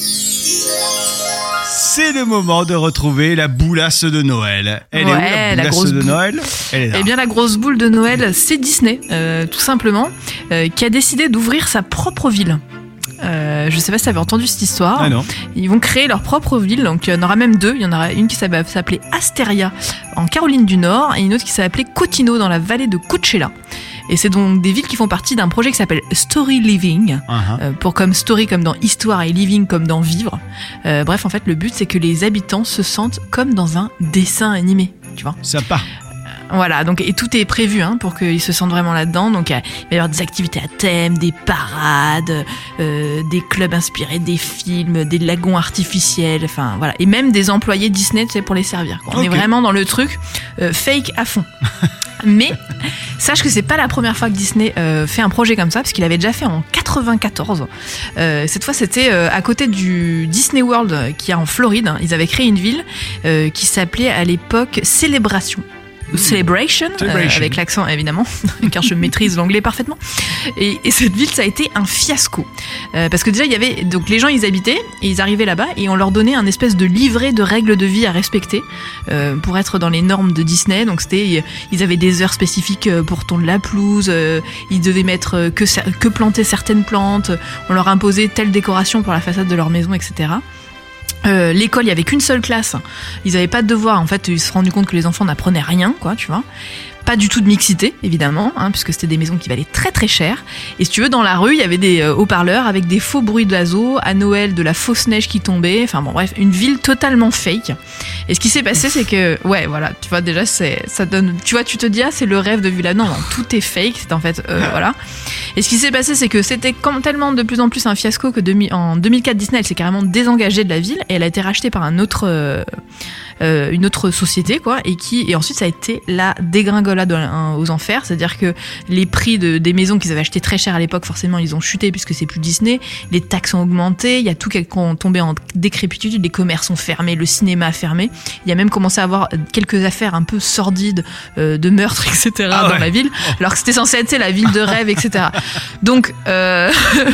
C'est le moment de retrouver la boulasse de Noël. Elle est où Ouais, la la boulasse grosse de boule. Noël? Elle est là. Eh bien, la grosse boule de Noël, c'est Disney, euh, tout simplement, euh, qui a décidé d'ouvrir sa propre ville. Euh, je sais pas si tu avais entendu cette histoire. Ah non. Ils vont créer leur propre ville, donc il y en aura même deux. Il y en aura une qui s'appelle- s'appelait Asteria en Caroline du Nord et une autre qui s'appelait Cotino dans la vallée de Coachella. Et c'est donc des villes qui font partie d'un projet qui s'appelle Story Living, Uh-huh. euh, pour comme story comme dans histoire et living comme dans vivre. Euh, bref, en fait, le but c'est que les habitants se sentent comme dans un dessin animé, tu vois. Sympa. Voilà, donc et tout est prévu hein, pour qu'ils se sentent vraiment là-dedans. Donc il va y avoir des activités à thème, des parades, euh, des clubs inspirés des films, des lagons artificiels, enfin voilà, et même des employés Disney, tu sais, pour les servir. quoi. On Ok. est vraiment dans le truc euh, fake à fond. Mais sache que c'est pas la première fois que Disney euh, fait un projet comme ça, parce qu'il avait déjà fait en quatre-vingt-quatorze. Euh, cette fois, c'était euh, à côté du Disney World euh, qui est en Floride. Ils avaient créé une ville euh, qui s'appelait à l'époque Célébration. Ou Celebration, euh, Celebration. avec l'accent évidemment, car je maîtrise l'anglais parfaitement. Et, et cette ville, ça a été un fiasco, Euh, parce que déjà il y avait donc les gens ils habitaient et ils arrivaient là-bas et on leur donnait un espèce de livret de règles de vie à respecter euh, pour être dans les normes de Disney. Donc c'était ils avaient des heures spécifiques pour tondre la pelouse, euh, ils devaient mettre que cer- que planter certaines plantes, on leur imposait telle décoration pour la façade de leur maison, et cetera. Euh, l'école, il y avait qu'une seule classe. Ils avaient pas de devoirs. En fait, ils se sont rendus compte que les enfants n'apprenaient rien, quoi, tu vois. Pas du tout de mixité, évidemment, hein, puisque c'était des maisons qui valaient très très cher. Et si tu veux, dans la rue, il y avait des euh, haut-parleurs avec des faux bruits d'oiseaux, à Noël, de la fausse neige qui tombait. Enfin bon, bref, une ville totalement fake. Et ce qui s'est passé, c'est que, ouais, voilà, tu vois, déjà, c'est, ça donne, tu vois, tu te dis, ah, c'est le rêve de Villa. Non, non, tout est fake. C'est en fait, euh, voilà. Et ce qui s'est passé, c'est que c'était comme tellement de plus en plus un fiasco que demi- en deux mille quatre, Disney, elle s'est carrément désengagée de la ville et elle a été rachetée par un autre, euh, euh, une autre société, quoi. Et qui, et ensuite, ça a été la dégringolade aux enfers. C'est-à-dire que les prix de, des maisons qu'ils avaient achetées très cher à l'époque, forcément, ils ont chuté puisque c'est plus Disney. Les taxes ont augmenté. Il y a tout qui est tombé en décrépitude. Les commerces sont fermés. Le cinéma a fermé. Il y a même commencé à avoir quelques affaires un peu sordides euh, de meurtres, et cetera Ah ouais. dans la ville. Alors que c'était censé être tu sais, la ville de rêve, et cetera. Donc, euh,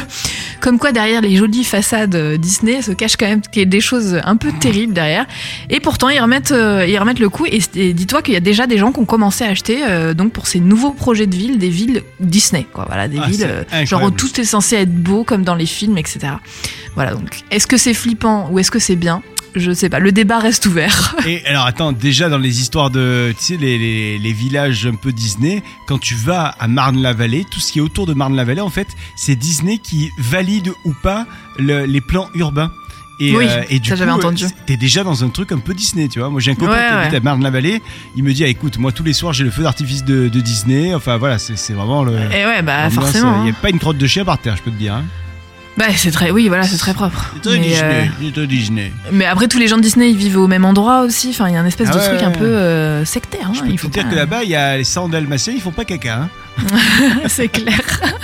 comme quoi derrière les jolies façades Disney se cachent quand même des choses un peu terribles derrière. Et pourtant, ils remettent, euh, ils remettent le coup. Et, et dis-toi qu'il y a déjà des gens qui ont commencé à acheter euh, donc pour ces nouveaux projets de villes, des villes Disney, quoi. Voilà, des Ah, villes c'est euh, incroyable. genre où tout est censé être beau comme dans les films, et cetera. Voilà. Donc, est-ce que c'est flippant ou est-ce que c'est bien ? Je sais pas. Le débat reste ouvert. Et alors attends, déjà dans les histoires de, tu sais, les, les, les villages un peu Disney, quand tu vas à Marne-la-Vallée, tout ce qui est autour de Marne-la-Vallée, en fait, c'est Disney qui valide ou pas le- les plans urbains. Et, Oui, euh, et du ça, coup, j'avais euh, entendu. t'es déjà dans un truc un peu Disney, tu vois. Moi j'ai un copain Ouais, qui habite ouais. à Marne-la-Vallée, il me dit, ah, écoute, moi tous les soirs j'ai le feu d'artifice de, de Disney, enfin voilà, c'est c'est vraiment le... Et ouais, bah l'ambiance, forcément. Il n'y hein. a pas une crotte de chien par terre, je peux te dire. Hein. Bah c'est très, oui, voilà, c'est très propre. C'est très Mais, Disney, euh, c'est très Disney. Mais après, tous les gens de Disney, ils vivent au même endroit aussi. Enfin, il y a un espèce Ah de ouais, truc ouais, un ouais. peu euh, sectaire. Hein. Je peux Il te faut dire pas- que là-bas, il y a les cent dalmatiens, ils font pas caca. Hein. C'est clair.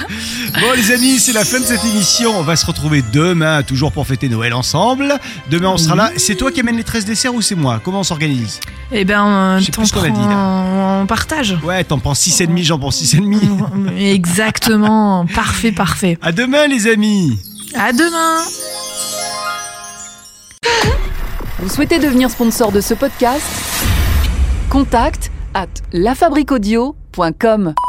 Bon les amis, c'est la fin de cette émission. On va se retrouver demain, toujours pour fêter Noël ensemble. Demain on sera là. C'est toi qui amène les treize desserts ou c'est moi? Comment on s'organise? Eh ben, euh, Je sais t'en plus ce qu'on a dit, là. prends- on partage. Ouais, t'en prends six et demi, j'en prends six et demi. Exactement. Parfait, parfait. À demain les amis. À demain. Vous souhaitez devenir sponsor de ce podcast ? Contact à la fabrique audio point com.